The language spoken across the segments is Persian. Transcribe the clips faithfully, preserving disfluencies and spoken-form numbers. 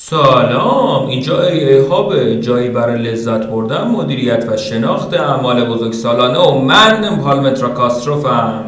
سلام، اینجا ای ای هاب، جایی برای لذت بردن، مدیریت و شناخت اعمال بزرگسالانه و من پالمترا کاستروفم.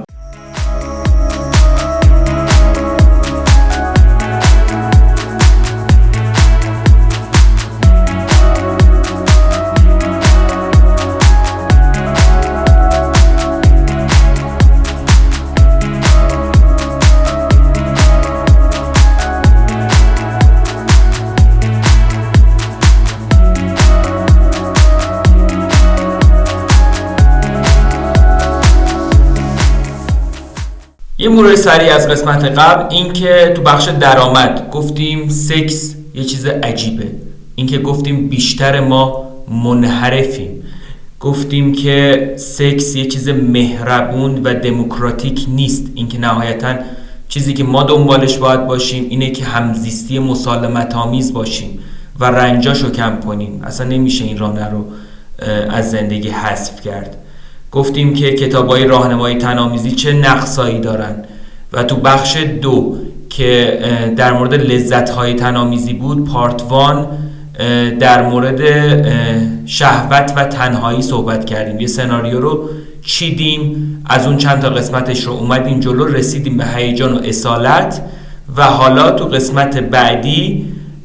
یه مرور سریع از قسمت قبل، این که تو بخش درآمد گفتیم سکس یه چیز عجیبه، این که گفتیم بیشتر ما منحرفیم، گفتیم که سکس یه چیز مهربون و دموکراتیک نیست، این که نهایتاً چیزی که ما دنبالش باید باشیم اینه که همزیستی مسالمت آمیز باشیم و رنجاشو کم کنیم. اصلا نمیشه این راه رو از زندگی حذف کرد. گفتیم که کتاب‌های راهنمایی تن‌آمیزی چه نقصایی دارن و تو بخش دو که در مورد لذت‌های تن‌آمیزی بود، پارت وان، در مورد شهوت و تنهایی صحبت کردیم. یه سناریو رو چیدیم، از اون چند تا قسمتش رو اومدیم جلو، رسیدیم به هیجان و اصالت و حالا تو قسمت بعدی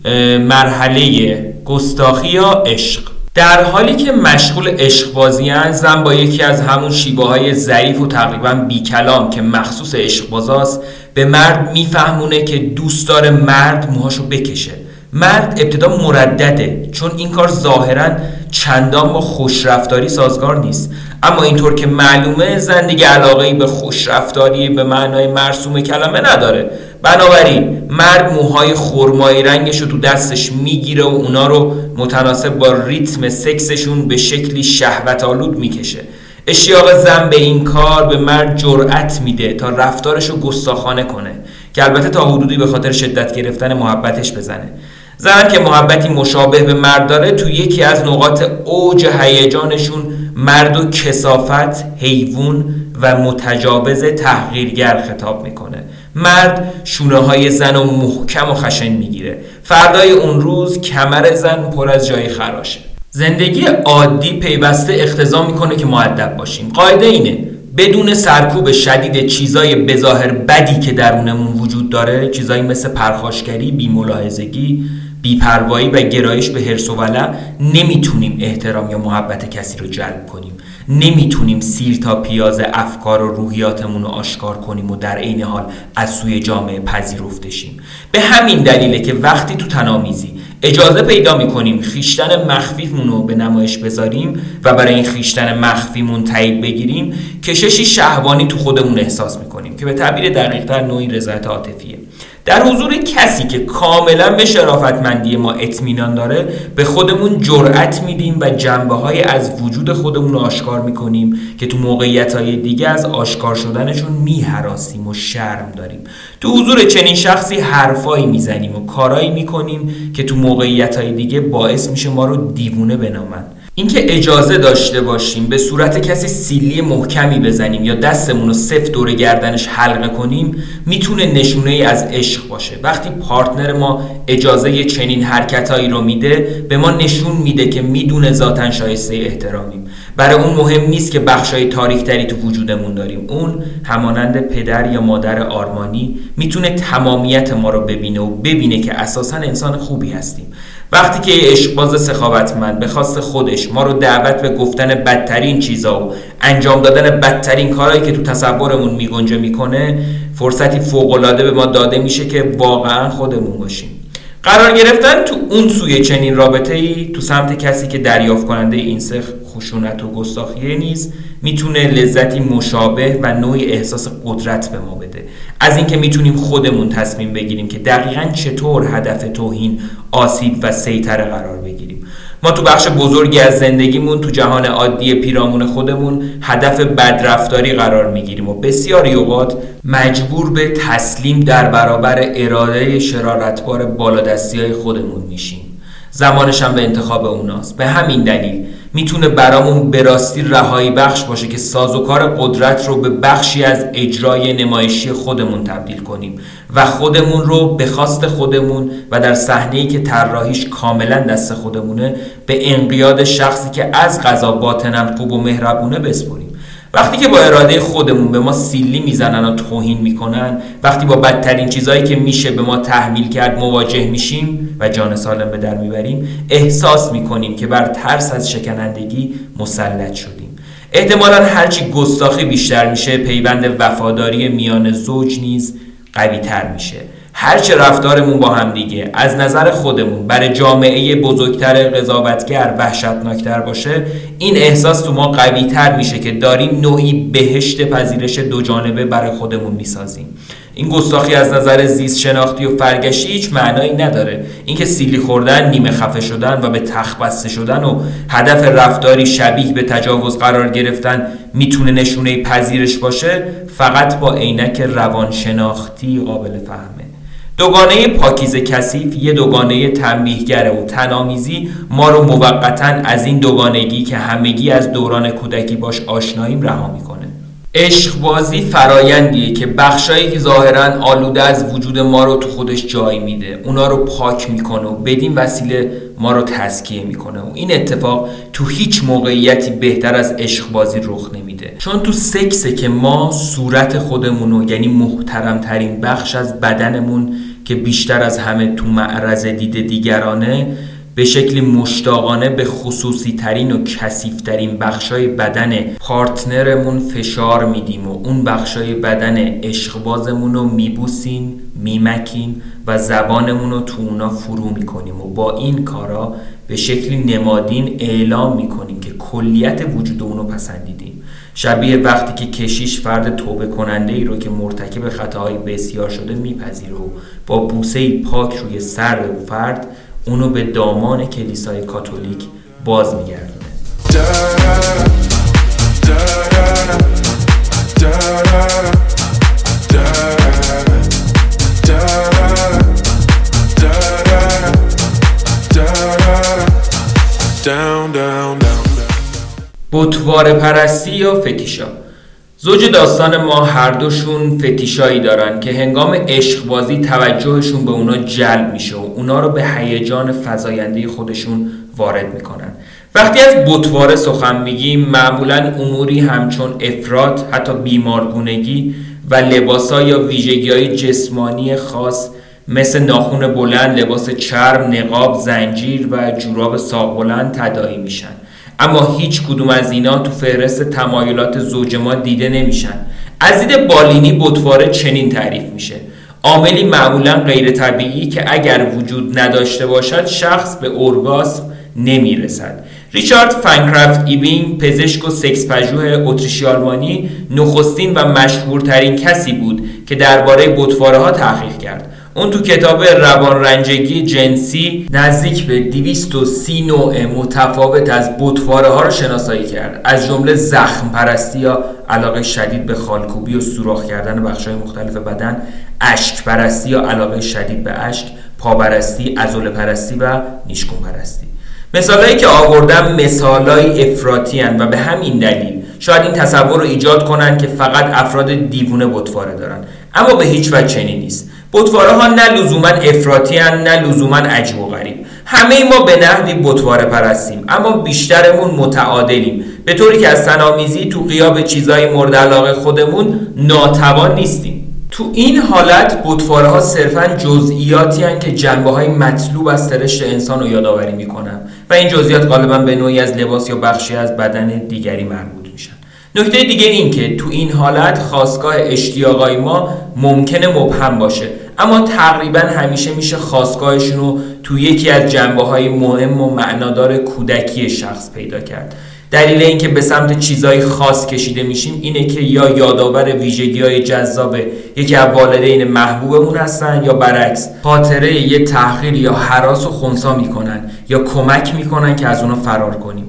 مرحله گستاخی یا عشق. در حالی که مشغول عشق بازی‌اند، زن با یکی از همون شیوه‌های ظریف و تقریباً بی کلام که مخصوص عشق بازاست به مرد میفهمونه که دوست داره مرد موهاشو بکشه. مرد ابتدا مردده چون این کار ظاهراً چندان با خوشرفتاری سازگار نیست، اما اینطور که معلومه زن دیگه علاقه‌ای به خوشرفتاری به معنای مرسوم کلمه نداره. بنابراین مرد موهای خرمایی رنگش رو تو دستش میگیره و اونا رو متناسب با ریتم سکسشون به شکلی شهوت آلود میکشه. اشتیاق زن به این کار به مرد جرأت میده تا رفتارش رو گستاخانه کنه که البته تا حدودی به خاطر شدت گرفتن محبتش بزنه. زن که محبتی مشابه به مرد داره تو یکی از نقاط اوج هیجانشون مرد و کثافت، حیوان و متجاوز تحقیرگر خطاب میکنه. مرد شونه های زن رو محکم و خشن میگیره. فردای اون روز کمر زن پر از جای خراشه. زندگی عادی پیوسته اقتضا میکنه که مؤدب باشیم. قاعده اینه بدون سرکوب شدید چیزای بظاهر بدی که درونمون وجود داره، چیزایی مثل پرخاشگری، بی‌ملاحظگی، بی‌پروایی و گرایش به حرص و ولع، نمیتونیم احترام یا محبت کسی رو جلب کنیم. نمیتونیم سیر تا پیاز افکار و روحیاتمون رو آشکار کنیم و در عین حال از سوی جامعه پذیرفته شیم. به همین دلیله که وقتی تو تن‌آمیزی اجازه پیدا میکنیم خیشتن مخفیمون رو به نمایش بذاریم و برای این خیشتن مخفیمون تایید بگیریم، کششی شهوانی تو خودمون احساس میکنیم که به تعبیر دقیق‌تر نوعی رضایت عاطفیه. در حضور کسی که کاملا به شرافتمندی ما اطمینان داره به خودمون جرأت میدیم و جنبه‌های از وجود خودمون رو آشکار میکنیم که تو موقعیت‌های دیگه از آشکار شدنشون میهراسیم و شرم داریم. تو حضور چنین شخصی حرفایی میزنیم و کارایی میکنیم که تو موقعیت‌های دیگه باعث میشه ما رو دیوونه بنامن. اینکه اجازه داشته باشیم به صورت کسی سیلی محکمی بزنیم یا دستمون رو سفت دور گردنش حلقه کنیم میتونه نشونه ای از عشق باشه. وقتی پارتنر ما اجازه چنین حرکتایی رو میده به ما نشون میده که میدونه ذاتاً شایسته احترامیم. برای اون مهم نیست که بخشای تاریک‌تری تو وجودمون داریم. اون همانند پدر یا مادر آرمانی میتونه تمامیت ما رو ببینه و ببینه که اساساً انسان خوبی هستیم. وقتی که یه عشقباز سخاوتمند به خواست خودش ما رو دعوت به گفتن بدترین چیزا و انجام دادن بدترین کارهایی که تو تصورمون میگنجه میکنه، فرصتی فوق‌العاده به ما داده میشه که واقعا خودمون باشیم. قرار گرفتن تو اون سوی چنین رابطه‌ای تو سمت کسی که دریافت کننده این سه خشونت و گستاخیه نیز میتونه لذتی مشابه و نوعی احساس قدرت به ما بده. از اینکه میتونیم خودمون تصمیم بگیریم که دقیقاً چطور هدف توهین، آسیب و سیطره قرار بگیریم. ما تو بخش بزرگی از زندگیمون تو جهان عادی پیرامون خودمون هدف بدرفتاری قرار میگیریم و بسیاری اوقات مجبور به تسلیم در برابر اراده شرارتبار بالادستی‌های خودمون میشیم. زمانش هم به انتخاب اوناست. به همین دلیل میتونه برامون به راستی رهایی بخش باشه که سازوکار قدرت رو به بخشی از اجرای نمایشی خودمون تبدیل کنیم و خودمون رو به خواست خودمون و در صحنه‌ای که طراحیش کاملا دست خودمونه به انقیاد شخصی که از قضا باطنم خوب و مهربونه بسپریم. وقتی که با اراده خودمون به ما سیلی میزنن و توهین میکنن، وقتی با بدترین چیزایی که میشه به ما تحمیل کرد مواجه میشیم و جان سالم به در میبریم، احساس میکنیم که بر ترس از شکنندگی مسلط شدیم. احتمالاً هرچی گستاخی بیشتر میشه، پیوند وفاداری میان زوج نیز قوی تر میشه. هرچه رفتارمون با هم دیگه از نظر خودمون برای جامعه بزرگتر قضاوتگر وحشتناکتر باشه، این احساس تو ما قوی تر میشه که داریم نوعی بهشت پذیرش دو جانبه برای خودمون میسازیم. این گستاخی از نظر زیست شناختی و فرگشتی هیچ معنایی نداره. اینکه سیلی خوردن، نیمه خفه شدن و به تخت بسته شدن و هدف رفتاری شبیه به تجاوز قرار گرفتن میتونه نشونه پذیرش باشه، فقط با عینک روانشناختی قابل فهمه. دوگانه پاکیزه کثیف یه دوگانه تنبیهگره و تنامیزی ما رو موقتاً از این دوگانگی که همگی از دوران کودکی باش آشناییم رها میکنه. عشق بازی فرایندیه که بخشایی که ظاهراً آلوده از وجود ما رو تو خودش جای میده، اونا رو پاک میکنه و بدین وسیله ما رو تزکیه میکنه و این اتفاق تو هیچ موقعیتی بهتر از عشق بازی رخ نمیده. چون تو سکسه که ما صورت خودمونو، یعنی محترم ترین بخش از بدنمون که بیشتر از همه تو معرض دید دیگرانه، به شکلی مشتاقانه به خصوصی ترین و کثیف ترین بخشای بدن پارتنرمون فشار میدیم و اون بخشای بدن عشقبازمون رو میبوسیم، میمکیم و زبانمون رو تو اونا فرو میکنیم و با این کارا به شکلی نمادین اعلام میکنیم که کلیت وجود اون رو پسندیدیم. شبیه وقتی که کشیش فرد توبه کننده ای رو که مرتکب خطاهای بسیار شده میپذیره و با بوسه‌ای پاک روی سر و فرد اونو به دامان کلیسای کاتولیک باز میگردونه. بتواره پرستی یا فتیشا. زوج داستان ما هر دوشون فتیشایی دارن که هنگام عشق بازی توجهشون به اونا جلب میشه و اونا رو به هیجان فزاینده خودشون وارد میکنن. وقتی از بتواره سخن میگیم، معمولاً اموری همچون افراط، حتی بیمارگونگی و لباسا یا ویژگی‌های جسمانی خاص مثل ناخن بلند، لباس چرم، نقاب، زنجیر و جوراب ساق بلند تداعی میشن. اما هیچ کدوم از اینا تو فهرست تمایلات زوج ما دیده نمیشن. از دید بالینی بتواره چنین تعریف میشه: عاملی معمولا غیر طبیعی که اگر وجود نداشته باشد شخص به اورگاسم نمیرسد. ریچارد فانکرافت ایبینگ، پزشک و سکس پژوه اتریشی آلمانی، نخستین و مشهورترین کسی بود که درباره بتواره ها تحقیق کرد. اون تو کتاب روانرنجگی جنسی نزدیک به دویست و سی نوع متفاوت از بتواره ها رو شناسایی کرد، از جمله زخم پرستی یا علاقه شدید به خالکوبی و سوراخ کردن بخش‌های مختلف بدن، اشک پرستی یا علاقه شدید به اشک، پاپرستی، عضله پرستی و نیشگون پرستی. مثالایی که آوردم مثالای افراطی هستند و به همین دلیل شاید این تصور رو ایجاد کنن که فقط افراد دیوونه بتواره دارن، اما به هیچ وجه چنین نیست. بتواره ها نه لزوما افراطی هستند نه لزوما عجیب و غریب. همه ما به نحوی بتواره پرستیم، اما بیشترمون متعادلیم، به طوری که از تنامیزی تو غیاب چیزای مورد علاقه خودمون ناتوان نیستیم. تو این حالت بتواره ها صرفاً جزئیاتی هستند که جنبه‌های مطلوب از سرشت انسان رو یادآوری میکنن و این جزئیات غالباً به نوعی از لباس یا بخشی از بدن دیگری مربوط میشن. نکته دیگه این که تو این حالت خاستگاه اشتیاقای ما ممکنه مبهم باشه، اما تقریباً همیشه میشه خاستگاهشون رو تو یکی از جنبه‌های مهم و معنادار کودکی شخص پیدا کرد. دلیل این که به سمت چیزای خاص کشیده میشیم اینه که یا یادآور ویژگی‌های جذاب یکی از والدین محبوبمون هستن یا برعکس خاطره یه تحقیر یا هراس و خنثی میکنن یا کمک میکنن که از اونا فرار کنیم.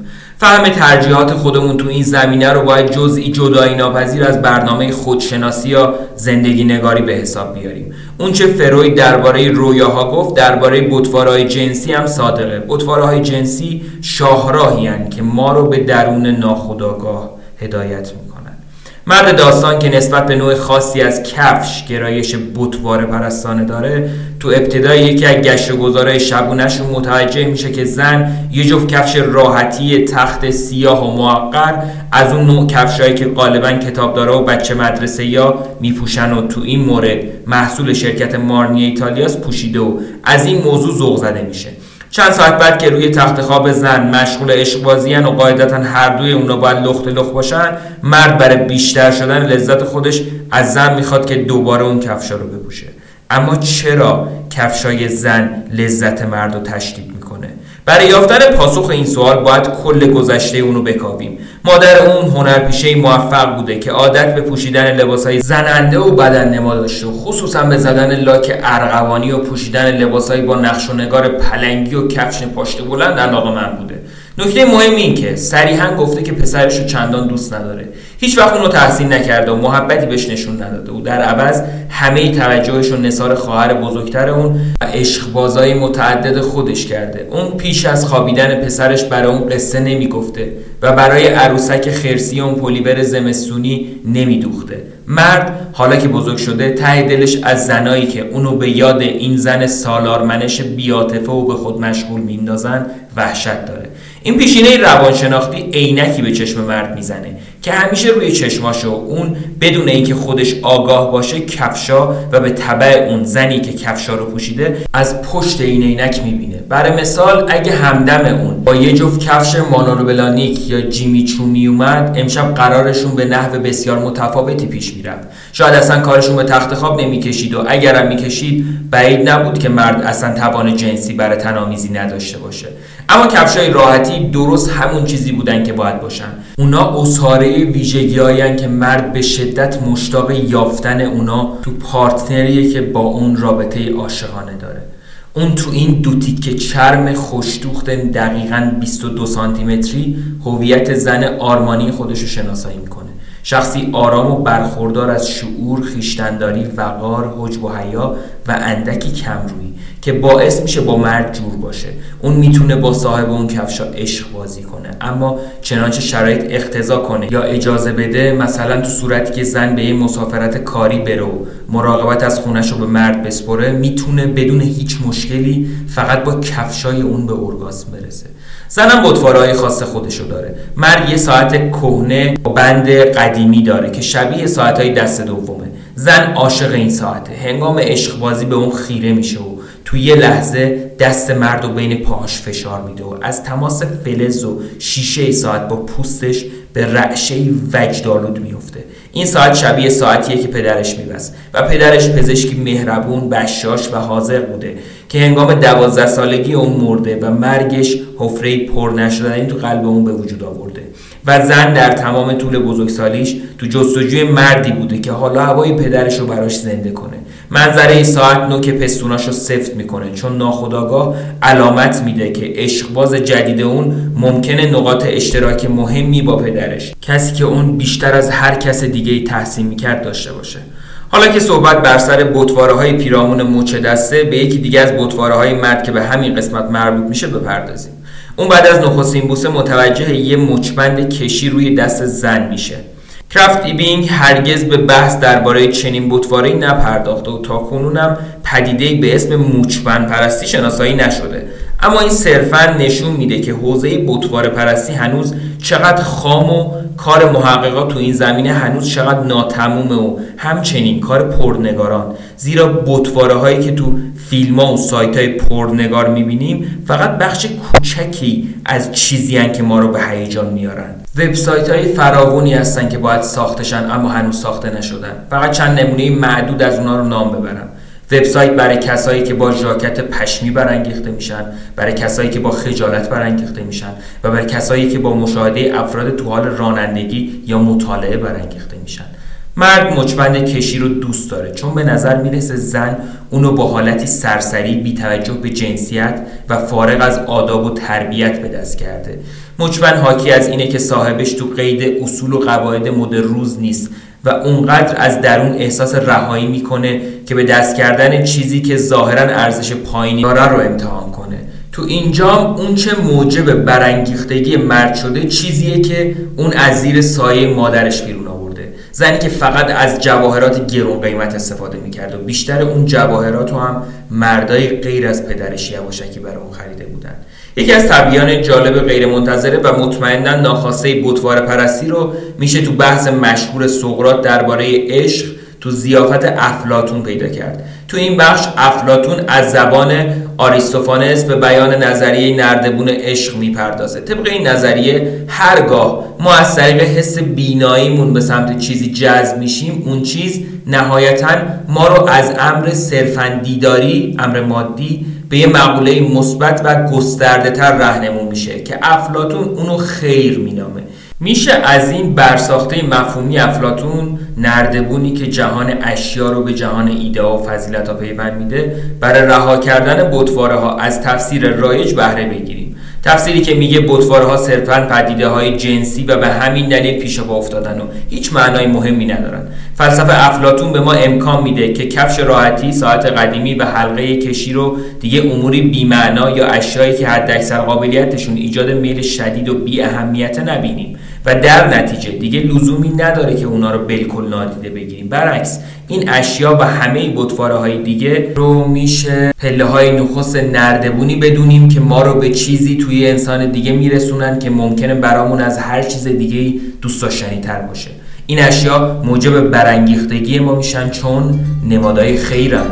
فهم ترجیحات خودمون تو این زمینه رو باید جزئی جدایی ناپذیر از برنامه خودشناسی یا زندگی نگاری به حساب بیاریم. اون چه فروید درباره رویاها گفت درباره بطواره‌های جنسی هم صادقه. بطواره‌های جنسی شاهراهی هستند که ما رو به درون ناخودآگاه هدایت میکنن. مرد داستان که نسبت به نوع خاصی از کفش گرایش بطواره پرستانه داره، تو ابتدای یکی از گشت و گذارهای شبونه‌شون متوجه میشه که زن یه جفت کفش راحتی تخت سیاه و موقر از اون نوع کفشایی که غالباً کتابدارا و بچه مدرسه یا میپوشن و تو این مورد محصول شرکت مارنی ایتالیاس پوشیده و از این موضوع ذوق زده میشه. چند ساعت بعد که روی تخت خواب زن مشغول عشق بازی‌اند و قاعدتاً هر دوی اونا باید لخت لخت باشن، مرد برای بیشتر شدن لذت خودش از زن میخواد که دوباره اون کفشا رو بپوشه. اما چرا کفشای زن لذت مرد رو تشدید میکنه؟ برای یافتن پاسخ این سوال باید کل گذشته اونو بکاویم. مادر اون هنرپیشه موفق بوده که عادت به پوشیدن لباسای زننده و بدن نما داشته و خصوصا به زدن لاک ارغوانی و پوشیدن لباسای با نقش و نگار پلنگی و کفش پاشنه بلند علاقه‌مند بوده. نکته مهم این که صریحاً گفته که پسرش رو چندان دوست نداره. هیچ وقت اونو تحسین نکرده و محبتی بهش نشون نداده و در عوض همه توجهش رو نثار خواهر بزرگتر اون و عشقبازای متعدد خودش کرده. اون پیش از خوابیدن پسرش برای اون قصه نمیگفته و برای عروسک خرسی اون پلیور زمستونی نمیدوخته. مرد حالا که بزرگ شده ته دلش از زنایی که اونو به یاد این زن سالارمنش بی‌عاطفه و به خود مشغول میندازن وحشت داره. این پیشینه روانشناختی عینکی به چشم مرد میزنه که همیشه روی چشماشو اون بدون اینکه خودش آگاه باشه کفشا و به تبع اون زنی که کفشا رو پوشیده از پشت این عینک میبینه. برای مثال اگه همدم اون با یه جفت کفش مانوربلانیک یا جیمی چو میومد، امشب قرارشون به نحو بسیار متفاوتی پیش میرفت. شاید اصلا کارشون به تخت خواب نمیکشید و اگرم میکشید بعید نبود که مرد اصلا توان جنسی برای تنامیزی نداشته باشه. اما کفشای راحتی درست همون چیزی بودن که باید باشن. اونا اصاره ویژگی‌هایی که مرد به شدت مشتاق یافتن اونا تو پارتنریه که با اون رابطه عاشقانه داره. اون تو این دو تیکه چرم خوش‌دوخت دقیقاً بیست و دو سانتی متری هویت زن آرمانی خودشو شناسایی میکنه. شخصی آرام و برخوردار از شعور، خویشتن‌داری، وقار، حجب و حیا و اندکی کمرویی که باعث میشه با مرد جور باشه. اون میتونه با صاحب اون کفشا عشق بازی کنه، اما چنانچه شرایط اقتضا کنه یا اجازه بده، مثلا تو صورتی که زن به یه مسافرت کاری بره و مراقبت از خونه‌شو به مرد بسپره، میتونه بدون هیچ مشکلی فقط با کفشای اون به اورگاسم برسه. زنم بطواره‌های خاص خودشو داره. مرد یه ساعت کهنه با بند قدیمی داره که شبیه ساعت‌های دست دومه. زن عاشق این ساعته. هنگام عشق بازی به اون خیره میشه و تو یه لحظه دست مرد رو بین پاهاش فشار میده و از تماس فلز و شیشه ساعت با پوستش به رعشه وجدآلود میفته. این ساعت شبیه ساعتیه که پدرش میبست و پدرش پزشکی مهربون، بشاش و حاذق بوده که هنگام دوازده سالگی اون مرده و مرگش حفره پر نشدنی تو قلب اون به وجود آورده و زن در تمام طول بزرگسالیش تو جستجوی مردی بوده که حالا هوای پدرش رو براش زنده کنه. منظره ساعت نوک پستوناشو سفت میکنه چون ناخودآگاه علامت میده که عشقباز جدید اون ممکنه نقاط اشتراک مهمی با پدرش، کسی که اون بیشتر از هر کس دیگه‌ای تحسین میکرد، داشته باشه. حالا که صحبت بر سر بطواره‌های پیرامون مچ دسته، به یکی دیگه از بطواره‌های مرد که به همین قسمت مربوط میشه بپردازیم. اون بعد از نخستین بوسه متوجه یه مچبند کشی روی دست زن میشه. کرافت ایبینگ هرگز به بحث درباره چنین بطواره‌ای نپرداخته و تاکنونم پدیده‌ای به اسم مچبند پرستی شناسایی نشده. اما این صرفاً نشون میده که حوزه بطواره پرستی هنوز چقدر خام و کار محققات تو این زمینه هنوز چقدر ناتمومه و همچنین کار پرنگاران، زیرا بطواره هایی که تو فیلم ها و سایت های پرنگار میبینیم فقط بخش کوچکی از چیزی هن که ما رو به هیجان میارن. وبسایت های فراوانی هستن که باید ساختشن اما هنوز ساخته نشدن. فقط چند نمونه معدود از اونا رو نام ببرم. وبسایت برای کسایی که با ژاکت پشمی برانگیخته میشن، برای کسایی که با خجالت برانگیخته میشن و برای کسایی که با مشاهده افراد تو حال رانندگی یا مطالعه برانگیخته میشن. مرد مچبند کشی رو دوست داره چون به نظر میرسه زن اونو با حالتی سرسری بی توجه به جنسیت و فارغ از آداب و تربیت به دست کرده. مجمل حاکی از اینه که صاحبش تو قید اصول و قواعد مد روز نیست و اونقدر از درون احساس رهایی میکنه که به دست کردن چیزی که ظاهراً ارزش پایینی داره رو امتحان کنه. تو اینجام اون چه موجب برانگیختگی مرد شده چیزیه که اون از زیر سایه مادرش بیرون آورده. زنی که فقط از جواهرات گرون قیمت استفاده میکرد و بیشتر اون جواهرات رو هم مردای غیر از پدرش یواشکی برای اون خریده بودن. یکی از طبیعیان جالب غیر منتظره و مطمئناً ناخواسته بتواره پرستی رو میشه تو بحث مشهور سقراط درباره عشق تو ضیافت افلاطون پیدا کرد. تو این بخش افلاطون از زبان آریستوفانس به بیان نظریه نردبون عشق میپردازه. طبق این نظریه هرگاه ما از طریق حس بیناییمون به سمت چیزی جذب میشیم، اون چیز نهایتاً ما رو از امر صرفاً دیداری، امر مادی، به یه مقوله مثبت و گسترده تر راهنمون میشه که افلاطون اونو خیر مینامه. میشه از این برساخته مفهومی افلاطون، نردبونی که جهان اشیا رو به جهان ایده ها و فضیلت ها پیوند میده، برای رها کردن بتواره ها از تفسیر رایج بهره بگیریم. تفسیری که میگه بتواره ها صرفاً پدیده های جنسی و به همین دلیل پیش پا افتادن و هیچ معنای مهمی ندارن. فلسفه افلاطون به ما امکان میده که کفش راحتی، ساعت قدیمی و حلقه کشی رو دیگه اموری بی‌معنا یا اشیایی که حداکثر قابلیتشون ایجاد میل شدید و بی اهمیت نبینیم و در نتیجه دیگه لزومی نداره که اونا رو بالکل نادیده بگیریم. برعکس این اشیا و همه بتواره های دیگه رو میشه پله های نخست نردبونی بدونیم که ما رو به چیزی توی انسان دیگه میرسونن که ممکنه برامون از هر چیز دیگه دوست داشتنی تر باشه. این اشیا موجب برانگیختگی ما میشن چون نمادهای خیرن.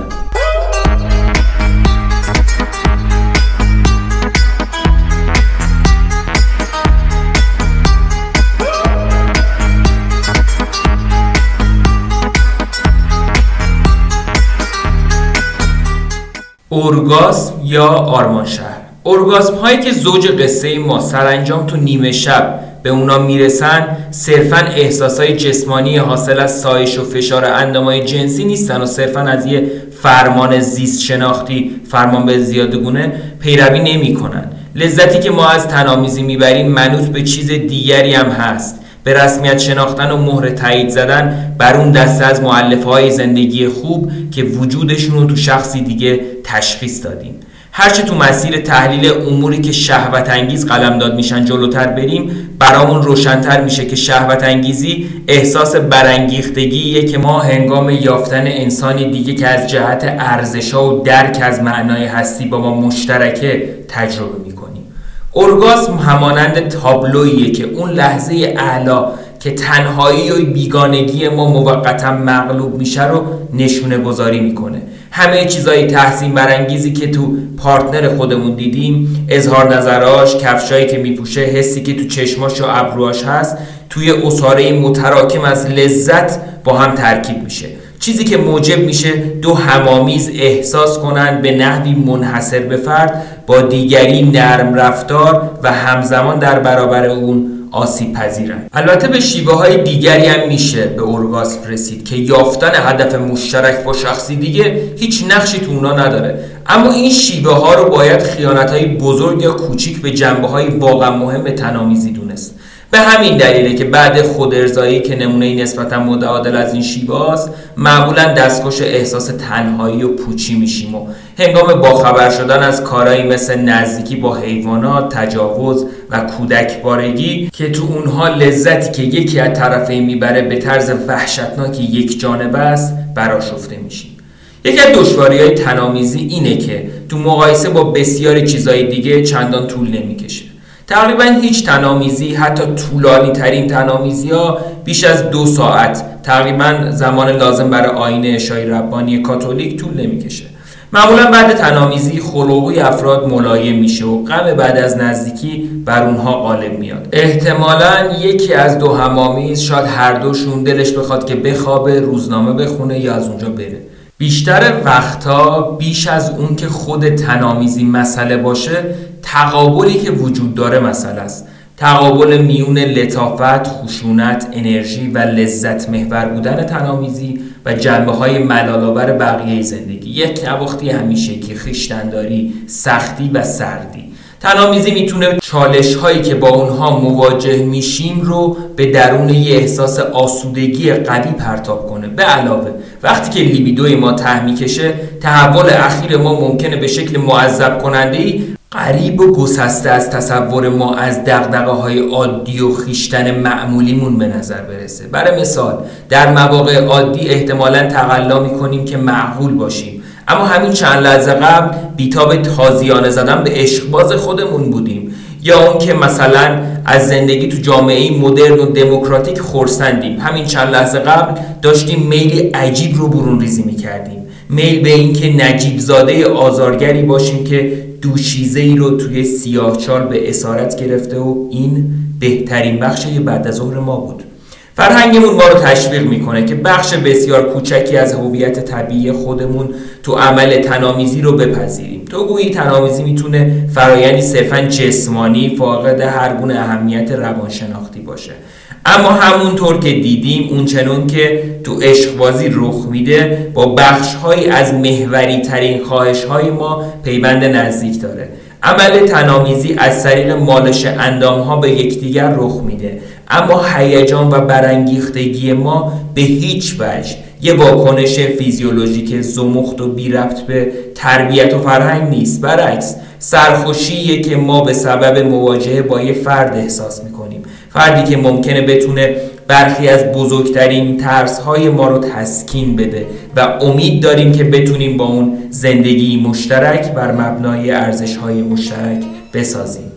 اورگاسم یا آرمان شهر. اورگاسم هایی که زوج قصه ما سرانجام تو نیمه شب به اونا میرسن صرفاً احساسای جسمانی حاصل از سایش و فشار اندامای جنسی نیستن و صرفاً از یه فرمان زیست شناختی، فرمان به زیادگونه پیروی نمی کنن. لذتی که ما از تنامیزی میبریم منوط به چیز دیگری هم هست، به رسمیت شناختن و مهر تایید زدن بر اون دسته از مؤلفه‌های زندگی خوب که وجودشون رو تو شخصی دیگه تشخیص دادیم. هرچه تو مسیر تحلیل اموری که شهوت انگیز قلمداد میشن جلوتر بریم، برامون روشن‌تر میشه که شهوت انگیزی احساس برانگیختگیه که ما هنگام یافتن انسانی دیگه که از جهت ارزش‌ها و درک از معنای هستی با ما مشترکه تجربه میکنیم. اورگاسم همانند تابلوییه که اون لحظه اعلی که تنهایی و بیگانگی ما موقتا مغلوب میشه رو نشونه گذاری میکنه. همه چیزای تحسین برانگیزی که تو پارتنر خودمون دیدیم، اظهار نظراش، کفشایی که میپوشه، حسی که تو چشماش و ابروهاش هست، توی اساره متراکم از لذت با هم ترکیب میشه. چیزی که موجب میشه دو همامیز احساس کنن به نحوی منحصر به فرد با دیگری نرم رفتار و همزمان در برابر اون آسیب پذیرن. البته به شیوه های دیگری هم میشه به اورگاسم رسید که یافتن هدف مشترک با شخصی دیگه هیچ نقشی تو اونا نداره، اما این شیوه ها رو باید خیانت های بزرگ یا کوچیک به جنبه های واقعا مهم تنامیزی دونست. به همین دلیله که بعد خود ارضایی که نمونه نسبتا متعادل از این شیوه است، معمولا دستخوش احساس تنهایی و پوچی میشیم و هنگام باخبر شدن از کارهایی مثل نزدیکی با حیوانات، تجاوز و کودک بارگی که تو اونها لذتی که یکی از طرفین میبره به طرز وحشتناکی یک جانبه است برآشفته میشیم. یکی از دشواری‌های تنامیزی اینه که تو مقایسه با بسیاری چیزهای دیگه چندان طول نمیکشه. تقریبا هیچ تنامیزی، حتی طولانی ترین تنامیزی ها بیش از دو ساعت، تقریبا زمان لازم برای آیین اشای ربانی کاتولیک، طول نمیکشه. معمولا بعد تنامیزی خلقوی افراد ملایم میشه و غم بعد از نزدیکی بر اونها غالب میاد. احتمالاً یکی از دو همامیز، شاید هر دوشون، دلش بخواد که بخوابه، روزنامه بخونه یا از اونجا بره. بیشتر وقتا بیش از اون که خود تنامیزی مسئله باشه، تقابلی که وجود داره مسئله است. تقابل میون لطافت، خشونت، انرژی و لذت محور بودن تنامیزی و جنبه‌های ملال‌آور بقیه زندگی. یک نواختی همیشگی، خویشتن‌داری، سختی و سردی. تنامیزی میتونه چالش هایی که با اونها مواجه میشیم رو به درون یه احساس آسودگی قوی پرتاب کنه. به علاوه وقتی که لیبیدوی ما ته میکشه، تحول اخیر ما ممکنه به شکل معذب کننده‌ای غریب و گسسته از تصور ما از دغدغه‌های عادی و خویشتن معمولیمون به نظر برسه. برای مثال در مواقع عادی احتمالاً تقلا میکنیم که معقول باشیم، اما همین چند لحظه قبل بیتاب تازیانه زدن به عشقباز خودمون بودیم، یا اون که مثلا از زندگی تو جامعه مدرن و دموکراتیک خرسندیم. همین چند لحظه قبل داشتیم میل عجیب رو برون ریزی میکردیم، میل به این که نجیب زاده آزارگری باشیم که دوشیزه‌ای رو توی سیاهچال به اسارت گرفته و این بهترین بخش بعد از ظهر ما بود. فرهنگمون ما رو تشویق میکنه که بخش بسیار کوچکی از هویت طبیعی خودمون تو عمل تنامیزی رو بپذیریم. تو گویی تنامیزی میتونه فرایندی صرفاً جسمانی فاقد هر گونه اهمیت روانشناختی باشه، اما همونطور که دیدیم اون چنون که تو عشقبازی رخ میده با بخش‌هایی از محوری ترین خواهش‌های ما پیوند نزدیک داره. عمل تنامیزی از طریق مالش اندام‌ها به یکدیگر رخ میده، اما هیجان و برانگیختگی ما به هیچ وجه یه واکنش فیزیولوژیک زمخت و بی ربط به تربیت و فرهنگ نیست. برعکس سرخوشیه که ما به سبب مواجهه با یه فرد احساس میکنیم، فردی که ممکنه بتونه برخی از بزرگترین ترس‌های ما رو تسکین بده و امید داریم که بتونیم با اون زندگی مشترک بر مبنای ارزش‌های مشترک بسازیم.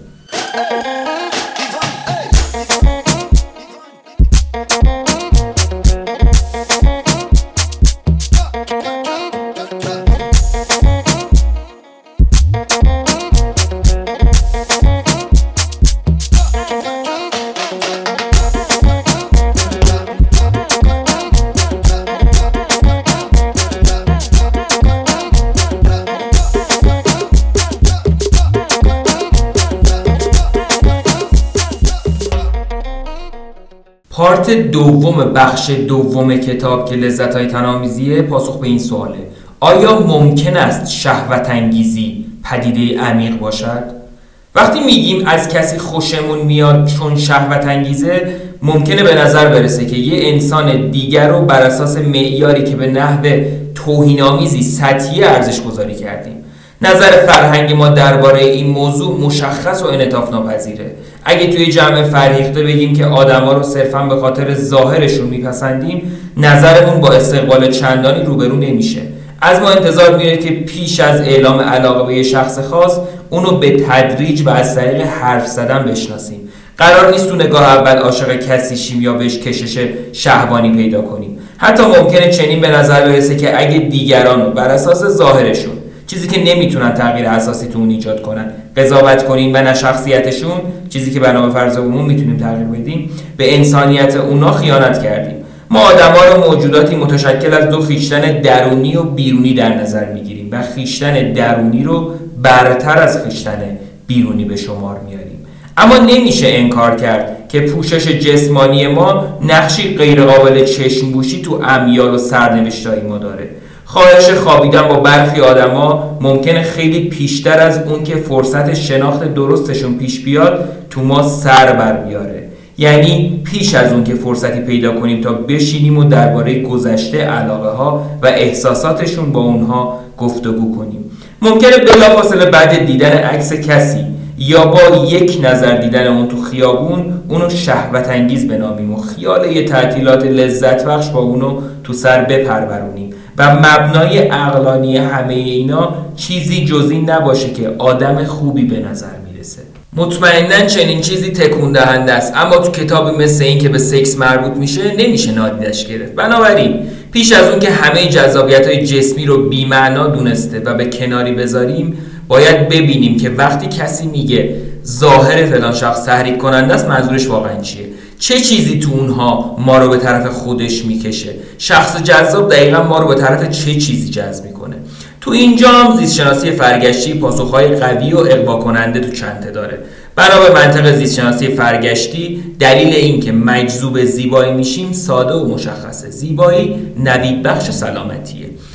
پارت دوم بخش دوم کتاب که لذت‌های تنامیزیه پاسخ به این سواله: آیا ممکن است شهوت انگیزی پدیده عمیق باشد؟ وقتی میگیم از کسی خوشمون میاد چون شهوت انگیزه، ممکنه به نظر برسه که یه انسان دیگر رو بر اساس معیاری که به نحو توهین‌آمیزی سطحی ارزش گذاری کردیم. نظر فرهنگ ما درباره این موضوع مشخص و انعطاف ناپذیره. اگه توی جمع فرهیخته بگیم که آدما رو صرفاً به خاطر ظاهرشون میپسندیم، نظرمون با استقبال چندانی روبرو نمیشه. از ما انتظار میره که پیش از اعلام علاقه به یه شخص خاص اونو به تدریج و از طریق حرف زدن بشناسیم. قرار نیست تو نگاه اول عاشق کسی شیم یا بهش کشش شهوانی پیدا کنیم. حتی ممکنه چنین به نظر برسه که اگه دیگران رو بر اساس ظاهرشون، چیزی که نمیتونن تغییر اساسی تو اون ایجاد کنن، قضاوت کنیم و نه شخصیتشون، چیزی که بنا به فرض عموم میتونیم تغییر بدیم، به انسانیت اونا خیانت کردیم. ما آدما رو موجوداتی متشکل از دو خویشتن درونی و بیرونی در نظر میگیریم و خویشتن درونی رو برتر از خویشتن بیرونی به شمار میاریم. اما نمیشه انکار کرد که پوشش جسمانی ما نقشی غیرقابل چشم‌پوشی تو امیال و سرنوشت‌های ما داره. خواهش خوابیدن با برخی آدما ممکنه خیلی پیشتر از اون که فرصت شناخت درستشون پیش بیاد تو ما سر بر بیاره. یعنی پیش از اون که فرصتی پیدا کنیم تا بشینیم و درباره گذشته، علاقه ها و احساساتشون با اونها گفتگو کنیم. ممکنه بلافاصله بعد دیدن عکس کسی یا با یک نظر دیدن اون تو خیابون اونو شهوت انگیز بنامیم و خیال یه تعطیلات لذت بخش با اونو تو سر بپرورونیم و مبنای عقلانی همه اینا چیزی جز این نباشه که آدم خوبی به نظر میرسه. مطمئناً چنین چیزی تکون دهنده است، اما تو کتابی مثل این که به سکس مربوط میشه نمیشه نادیدش گرفت. بنابراین پیش از اون که همه جذابیت‌های جسمی رو بی‌معنا دونسته و به کناری بذاریم، باید ببینیم که وقتی کسی میگه ظاهر فلان شخص تحریک کننده است، منظورش واقعا چیه؟ چه چیزی تو اونها ما رو به طرف خودش میکشه؟ شخص جذاب دقیقا ما رو به طرف چه چیزی جذب میکنه؟ تو اینجا هم زیستشناسی فرگشتی پاسخهای قوی و اغوا کننده تو چنته داره. بنا به منطق زیستشناسی فرگشتی، دلیل این که مجذوب زیبایی میشیم ساده و مشخصه: زیبایی نوید بخش سلامتیه.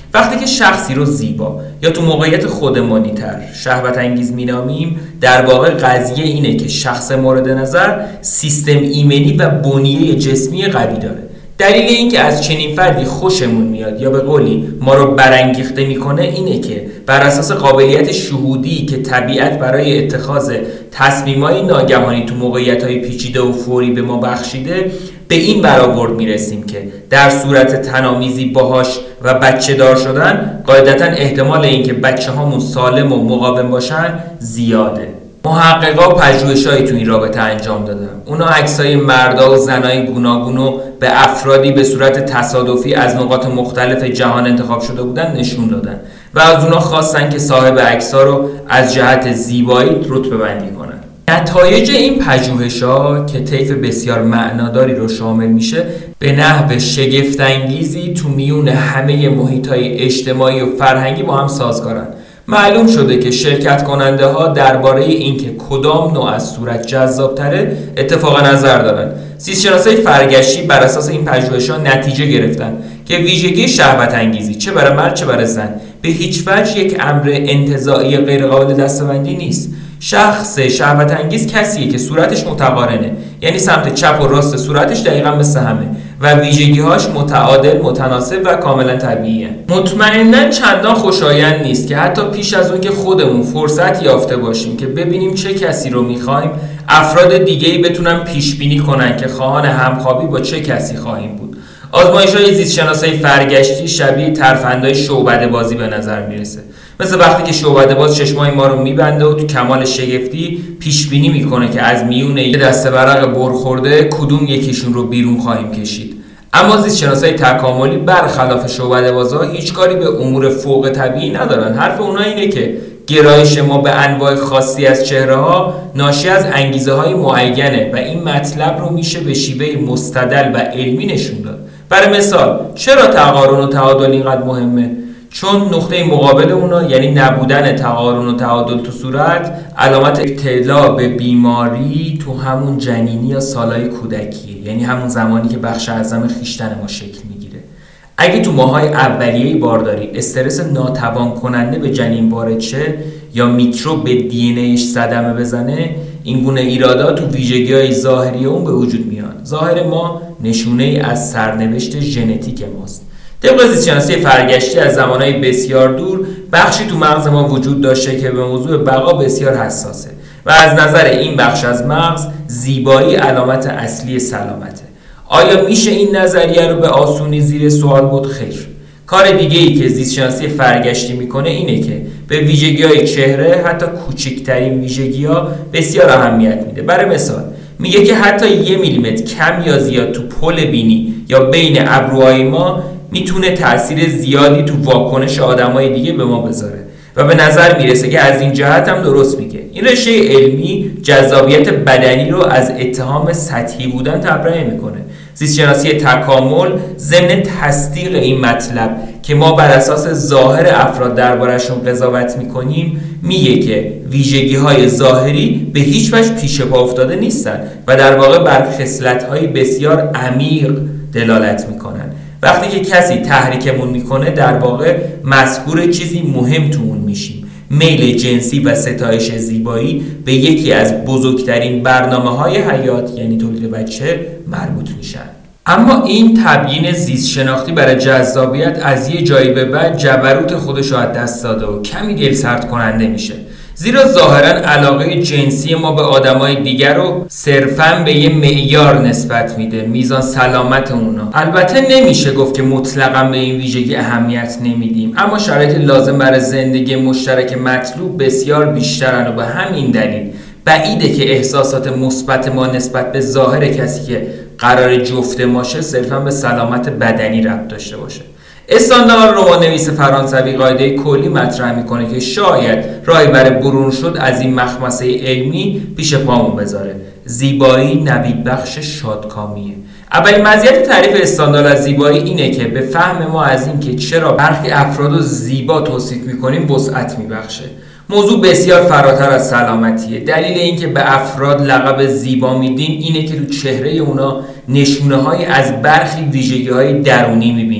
وقتی که شخصی رو زیبا یا تو موقعیت خودمانی تر شهوت انگیز مینامیم، در واقع قضیه اینه که شخص مورد نظر سیستم ایمنی و بنیه جسمی قوی داره. دلیل این که از چنین فردی خوشمون میاد یا به قولی ما رو برانگیخته میکنه اینه که بر اساس قابلیت شهودی که طبیعت برای اتخاذ تصمیمای ناگهانی تو موقعیت‌های پیچیده و فوری به ما بخشیده، به این برآورد میرسیم که در صورت تنامیزی باهاش و بچه دار شدن قاعدتاً احتمال این که بچه هامون سالم و مقاوم باشن زیاده. محققا پژوهش‌هایی تو این رابطه انجام دادن. اونا عکسای مردا و زنای گوناگون رو به افرادی به صورت تصادفی از نقاط مختلف جهان انتخاب شده بودن نشون دادن و از اونا خواستن که صاحب عکس‌ها رو از جهت زیبایی رتبه بندی کنن. نتایج این پژوهش‌ها که طیف بسیار معناداری رو شامل میشه، به نحو شگفت‌انگیزی تو میون همه محیط‌های اجتماعی و فرهنگی با هم سازگارن. معلوم شده که شرکت کننده ها درباره اینکه کدام نوع از صورت جذاب تره اتفاق نظر دارن. زیستشناسای فرگشتی بر اساس این پژوهش‌ها نتیجه گرفتن که ویژگی شهوت انگیزی چه برای مرد چه برای زن به هیچ وجه یک امر انتزاعی غیر قابل دسته‌بندی نیست. شخص شهوت انگیز کسیه که صورتش متقارنه، یعنی سمت چپ و راست صورتش دقیقاً مثل همه و ویژگی‌هاش متعادل، متناسب و کاملا طبیعیه. مطمئناً چندان خوشایند نیست که حتی پیش از اون که خودمون فرصت یافته باشیم که ببینیم چه کسی رو می‌خوایم، افراد دیگه‌ای بتونن پیش بینی کنن که خواهان همخوابی با چه کسی خواهیم بود. آزمایش‌های زیستشناسای فرگشتی شبیه ترفندهای شعبده بازی به نظر میرسه. مثل وقتی که شعبده باز چشمای ما رو میبنده و تو کمال شگفتی پیش بینی میکنه که از میون یه دسته ورق برخورده کدوم یکیشون رو بیرون خواهیم کشید. اما زیستشناسای تکاملی برخلاف شعبده بازها هیچ کاری به امور فوق طبیعی ندارن. حرف اونا اینه که گرایش ما به انواع خاصی از چهره‌ها ناشی از انگیزه‌های معینه و این مطلب رو میشه به شیوه مستدل و علمی نشون داد. برای مثال چرا تقارن و تعادل اینقدر مهمه؟ چون نقطه مقابل اونا یعنی نبودن تقارن و تعادل تو صورت علامت ابتلا به بیماری تو همون جنینی یا سالهای کودکیه، یعنی همون زمانی که بخش اعظم خویشتن ما شکل میگیره. اگه تو ماهای اولیه بارداری استرس ناتوان کننده به جنین وارد شه یا میکروب به دی ان ایش صدمه بزنه، این گونه ایرادات تو ویژگی‌های ظاهری اون به وجود میان. ظاهر ما نشونه ای از سرنوشت ژنتیک ماست. طبق زیستشناسی فرگشتی از زمانهای بسیار دور بخشی تو مغز ما وجود داشته که به موضوع بقا بسیار حساسه و از نظر این بخش از مغز زیبایی علامت اصلی سلامته. آیا میشه این نظریه رو به آسونی زیر سوال برد؟ خیر. کار دیگه ای که زیستشناسی فرگشتی میکنه اینه که به ویژگی‌های چهره، حتی کوچکترین ویژگی‌ها بسیار اهمیت میده. برای مثال میگه که حتی یه میلیمتر کم یا زیاد تو پل بینی یا بین ابروهای ما میتونه تأثیر زیادی تو واکنش آدمای دیگه به ما بذاره و به نظر میرسه که از این جهت هم درست میگه. این رشته علمی جذابیت بدنی رو از اتهام سطحی بودن تبرئه میکنه. زیستشناسی تکامل ضمن تصدیق این مطلب که ما بر اساس ظاهر افراد دربارشون قضاوت میکنیم میگه که ویژگی‌های ظاهری به هیچ وجه پیش پا افتاده نیستن و در واقع بر خصلت‌های بسیار عمیق دلالت میکنن. وقتی که کسی تحریکمون میکنه در واقع مسئول چیزی مهم تو اون میشیم. میل جنسی و ستایش زیبایی به یکی از بزرگترین برنامه‌های حیات یعنی تولید بچه مربوط میشن. اما این تبیین زیست شناختی برای جذابیت از یه جایی به بعد جبروت خودش رو از دست داده و کمی دل سرد کننده میشه، زیرا ظاهرا علاقه جنسی ما به آدمای دیگر رو صرفاً به یه معیار نسبت میده، میزان سلامت اونا. البته نمیشه گفت که مطلقاً به این ویژگی اهمیت نمیدیم، اما شرایط لازم برای زندگی مشترک مطلوب بسیار بیشترن و به همین دلیل بعیده که احساسات مثبت ما نسبت به ظاهر کسی که قرار جفت ماشه صرفاً به سلامت بدنی ربط داشته باشه. استاندار رمان‌نویس فرانسوی قاعده کلی مطرح میکنه که شاید راهی برای برون شد از این مخمسه علمی پیش پامون بذاره. زیبایی نوید بخش شادکامیه. اولین مزیت تعریف استاندار از زیبایی اینه که به فهم ما از این که چرا برخی افراد رو زیبا توصیف میکنیم وسعت میبخشه. موضوع بسیار فراتر از سلامتیه. دلیل این که به افراد لقب زیبا میدیم اینه که تو چهره اونا نشونه های از برخی ویژگی های درونی میبینیم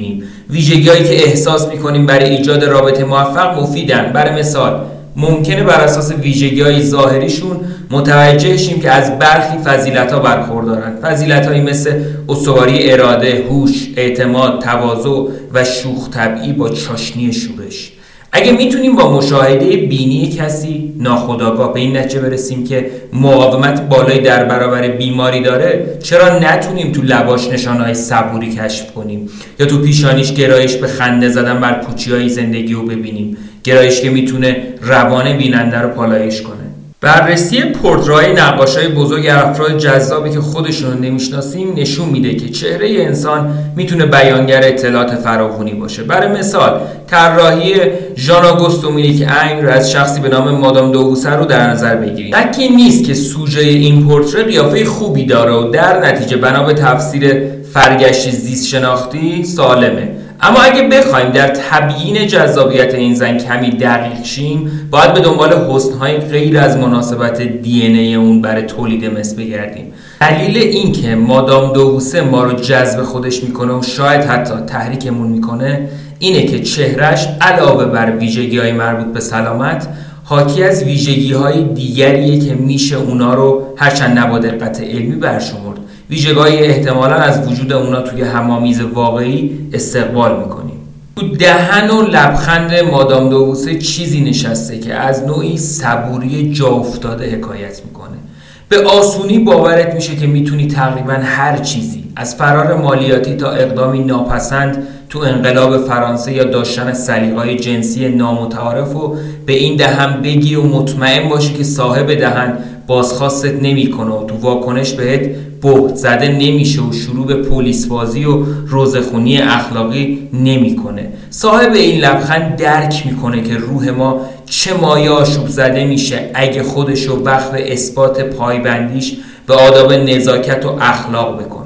ویژگی‌هایی که احساس می‌کنیم برای ایجاد رابطه موفق مفیدن. برای مثال ممکنه بر اساس ویژگی‌های ظاهریشون متوجه شیم که از برخی فضیلت‌ها برخوردارن. فضیلت‌هایی مثل استواری اراده، هوش، اعتماد، تواضع و شوخ طبعی با چاشنی شورش. اگه میتونیم با مشاهده بینی کسی ناخودآگاه به این نتیجه برسیم که مقاومت بالایی در برابر بیماری داره، چرا نتونیم تو لباش نشانه‌های صبوری کشف کنیم یا تو پیشانیش گرایش به خنده زدن بر پوچی‌های زندگی رو ببینیم، گرایش که میتونه روان بیننده رو پالایش کنه. بررسی پورترهای نقاشای بزرگ افراد جذابی که خودشون رو نمیشناسیم نشون میده که چهره انسان میتونه بیانگر اطلاعات فراوانی باشه. برای مثال طراحی ژان آگوست دومینیک انگر رو از شخصی به نام مادام دووسه رو در نظر بگیرید. شکی نیست که سوژه این پورتره قیافه خوبی داره و در نتیجه بنا به تفسیر فرگشت زیست شناختی سالمه. اما اگه بخوایم در تبیین جذابیت این زن کمی دقیق شیم، باید به دنبال حسن‌های غیر از مناسبت دی ان ای اون برای تولید مثل بگردیم. دلیل این که مادام دووسه ما رو جذب خودش میکنه و شاید حتی تحریکمون میکنه اینه که چهرش علاوه بر ویژگی‌های مربوط به سلامت حاکی از ویژگی‌های دیگریه که میشه اونا رو هرچند نه با دقت علمی برشمرد. ویژگی‌های احتمالاً از وجود اونا توی همامیز واقعی استقبال میکنیم. تو دهن و لبخند مادام دووسه چیزی نشسته که از نوعی صبوری جا افتاده حکایت میکنه. به آسونی باورت میشه که میتونی تقریباً هر چیزی از فرار مالیاتی تا اقدامی ناپسند تو انقلاب فرانسه یا داشتن سلیقه‌های جنسی نامتعارف و به این دهن بگی و مطمئن باشی که صاحب دهن بازخواستت نمیکنه و تو واکنش بهت بهت زده نمیشه و شروع به پلیس بازی و روزخونی اخلاقی نمیکنه. صاحب این لبخند درک میکنه که روح ما چه مایه آشوب زده میشه اگه خودشو وقت اثبات پایبندیش به آداب نزاکت و اخلاق بکنه.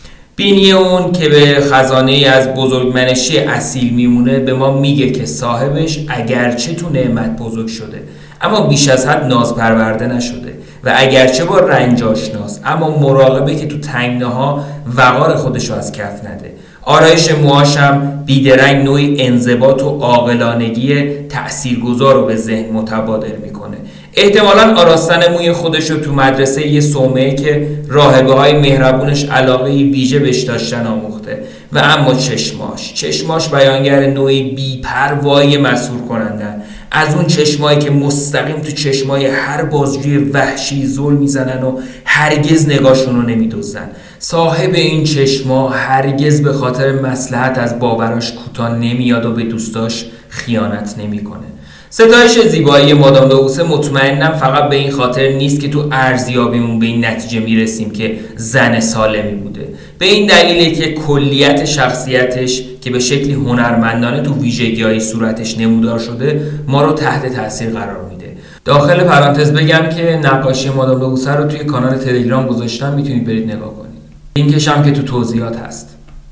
بینی اون که به خزانه از بزرگمنشی اصیل میمونه به ما میگه که صاحبش اگرچه تو نعمت بزرگ شده اما بیش از حد ناز پرورده نشده و اگرچه با رنج آشناست اما مراقبه که تو تنگناها وقار خودشو از کف نده. آرایش موهاش هم بیدرنگ نوعی انضباط و عاقلانگی تأثیرگذار رو به ذهن متبادر میکنه. احتمالاً آراستن موی خودش رو تو مدرسه یه صومعه که راهبه های مهربونش علاقه ویژه بهش داشتن آموخته و اما چشماش چشماش بیانگر نوعی بی‌پروایی مسحور کنندن، از اون چشمایی که مستقیم تو چشمای هر بازجوی وحشی زل میزنن و هرگز نگاهشون رو نمیدوزن. صاحب این چشما هرگز به خاطر مصلحت از باوراش کوتاه نمیاد و به دوستاش خیانت نمیکنه. ستایش زیبایی مادام دووسه مطمئنم فقط به این خاطر نیست که تو ارزیابیمون به این نتیجه میرسیم که زن سالمی بوده. به این دلیله که کلیت شخصیتش که به شکلی هنرمندانه تو ویژگی‌های صورتش نمودار شده ما رو تحت تاثیر قرار میده. داخل پرانتز بگم که نقاشی مادام دووسه رو توی کانال تلگرام گذاشتم، میتونید برید نگاه کنید. لینکش هم که تو توضیحات هست.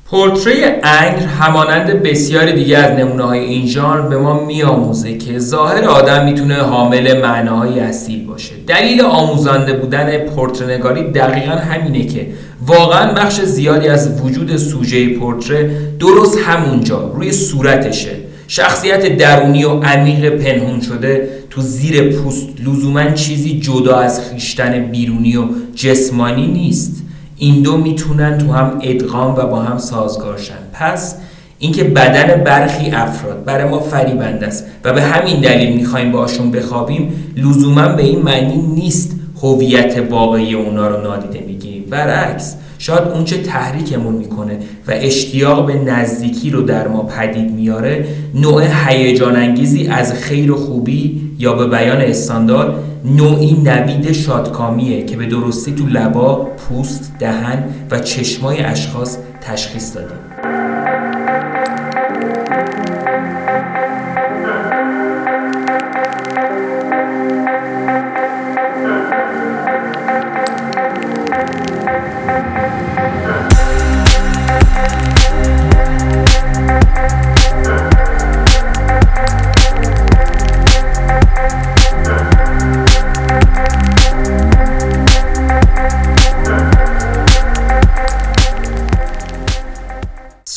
پورتری انگر همانند بسیاری دیگه از نمونه‌های این ژانر به ما میآموزه که ظاهر آدم میتونه حامل معناهای اصیل باشه. دلیل آموزنده بودن پورتره‌نگاری دقیقاً همینه که واقعاً بخش زیادی از وجود سوژه پورتره درست همونجا روی صورتشه. شخصیت درونی و عمیق پنهون شده تو زیر پوست لزوماً چیزی جدا از خویشتن بیرونی و جسمانی نیست. این دو میتونن تو هم ادغام و با هم سازگارشن. پس اینکه بدن برخی افراد برای ما فریبنده است و به همین دلیل میخوایم باشون بخوابیم لزوما به این معنی نیست هویت واقعی اونا رو نادیده میگیریم. برعکس شاید اونچه تحریکمون میکنه و اشتیاق به نزدیکی رو در ما پدید میاره نوع هیجان انگیزی از خیر و خوبی یا به بیان استاندارد نوعی نوید شادکامیه که به درستی تو لبا، پوست، دهن و چشمای اشخاص تشخیص دادیم.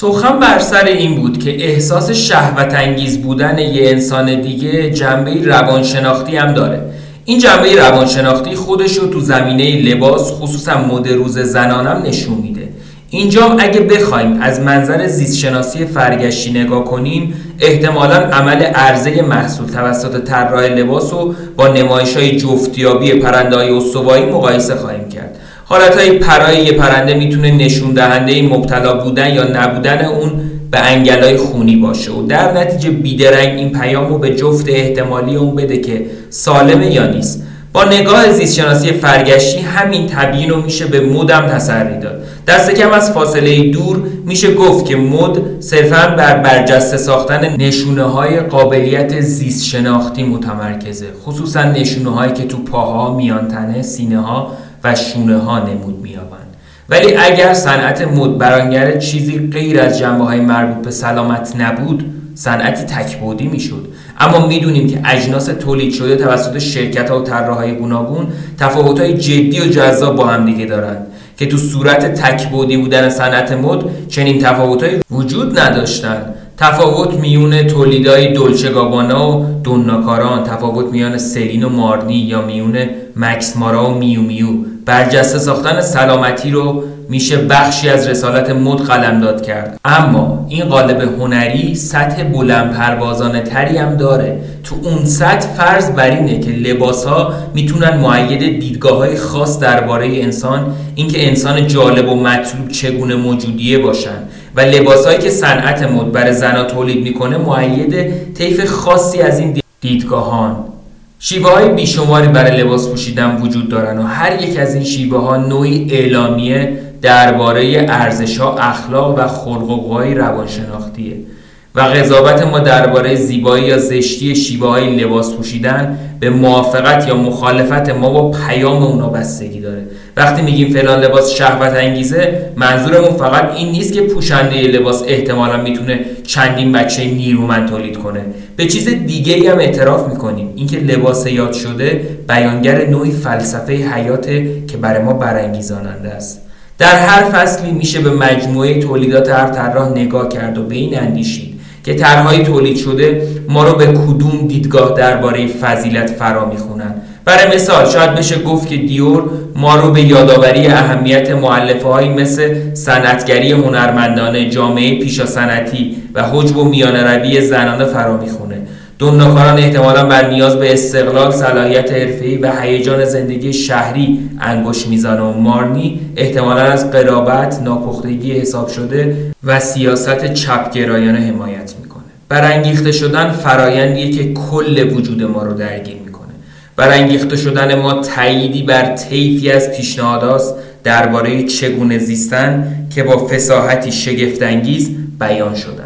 سخن بر سر این بود که احساس شهوت انگیز بودن یه انسان دیگه جنبه روانشناختی هم داره. این جنبه روانشناختی خودش رو تو زمینه لباس خصوصا مد روز زنانم نشون میده. اینجا اگه بخوایم از منظر زیستشناسی فرگشتی نگاه کنیم، احتمالاً عمل عرضه محصول توسط طراح لباس رو با نمایش‌های جفتیابی پرنده‌های استوایی مقایسه خواهیم کرد. حالتهای پرای یه پرنده میتونه نشون دهنده مبتلا بودن یا نبودن اون به انگلای خونی باشه و در نتیجه بیدرنگ این پیام رو به جفت احتمالی اون بده که سالمه یا نیست. با نگاه زیستشناسی فرگشتی همین تبیین رو میشه به مدم تسری داد. دست کم از فاصله دور میشه گفت که مد صرفاً بر برجسته ساختن نشونه های قابلیت زیست شناختی متمرکزه، خصوصا نشونه هایی که تو پاها، میان تنه، سینه ها و شونه ها نمود میابن. ولی اگر صنعت مد برانگر چیزی غیر از جنبه های مربوط به سلامت نبود، صنعتی تک‌بعدی میشد. اما میدونیم که اجناس تولید شده توسط شرکت‌ها و طراحهای گوناگون تفاوت‌های جدی و جذاب با هم دیگه دارند که تو صورت تک‌بعدی بودن صنعت مد چنین تفاوت‌هایی وجود نداشتند. تفاوت میون تولیدهای دولچه گابانا و دوناکاران، تفاوت میان سلین و مارنی یا میون مکس مارا و میو میو. برجسته ساختن سلامتی رو میشه بخشی از رسالت مد قلمداد کرد، اما این قالب هنری سطح بلند پروازانه تری هم داره. تو اون سطح فرض بر اینه که لباس‌ها میتونن مؤید دیدگاه‌های خاص درباره انسان، اینکه انسان جالب و مطلوب چگونه موجودیه باشن، و لباس‌هایی که صنعت مد برای زن‌ها تولید میکنه مؤید طیف خاصی از این دیدگاهان. شیوه‌های بیشماری برای لباس پوشیدن وجود دارن و هر یک از این شیوه‌ها نوعی اعلامیه درباره ارزش‌ها، اخلاق و خلق و خوی روانشناختیه و قضاوت ما درباره زیبایی یا زشتی شیوه‌های لباس پوشیدن به موافقت یا مخالفت ما با پیام اونا بستگی داره. وقتی میگیم فلان لباس شهوت انگیزه، منظورمون فقط این نیست که پوشنده لباس احتمالاً میتونه چندین بچه نیرومند تولید کنه. به چیز دیگه‌ای هم اعتراف میکنیم، اینکه لباس یاد شده بیانگر نوعی فلسفه حیاته که برای ما برانگیزاننده است. در هر فصلی میشه به مجموعه تولیدات هر طراح نگاه کرد و به این اندیشید که طرح‌های تولید شده ما رو به کدوم دیدگاه درباره فضیلت فرا میخونن. برای مثال شاید بشه گفت که دیور ما رو به یادآوری اهمیت مؤلفه‌هایی مثل صنعتگری هنرمندانه، جامعه پیشا صنعتی و حجب و میانه‌روی زنانه فرا میخونه. دوناکاران احتمالاً بر نیاز به استقلال، صلاحیت حرفه‌ای و هیجان زندگی شهری انگشت میزنه و مارنی احتمالاً از قرابت، ناپختگی حساب شده و سیاست چپگرایانه حمایت میکنه. برانگیخته شدن فرایندیه که کل وجود ما رو درگیر میکنه. برانگیخته شدن ما تأییدی بر طیفی از پیشنهادات درباره چگونه زیستن که با فصاحتی شگفت‌انگیز بیان شدن.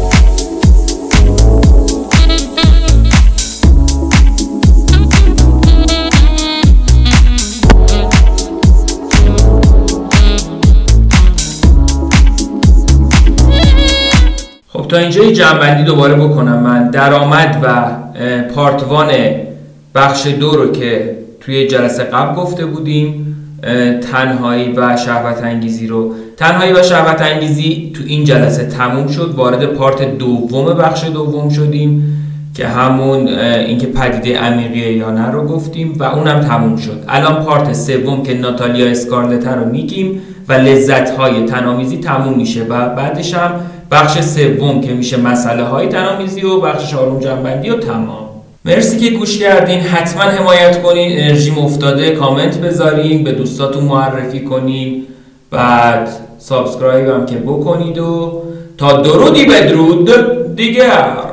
تا اینجای جمع‌بندی دوباره بکنم. من درآمد و پارت وان بخش دو رو که توی جلسه قبل گفته بودیم، تنهایی و شهوت انگیزی رو تنهایی و شهوت انگیزی تو این جلسه تموم شد. وارد پارت دوم بخش دوم شدیم که همون اینکه پدیده عمیقیه یا نه رو گفتیم و اونم تموم شد. الان پارت سوم که ناتالیا اسکارلت رو میگیم و لذت‌های تن‌آمیزی تموم میشه و بعدش هم بخش سوم که میشه مسئله های تن‌آمیزی و بخش چهارم جنبندی و تمام. مرسی که گوش کردین. حتما حمایت کنین، انرژیم افتاده، کامنت بذارین، به دوستاتون معرفی کنین، بعد سابسکرایب هم که بکنید و تا درودی بدرود دیگر.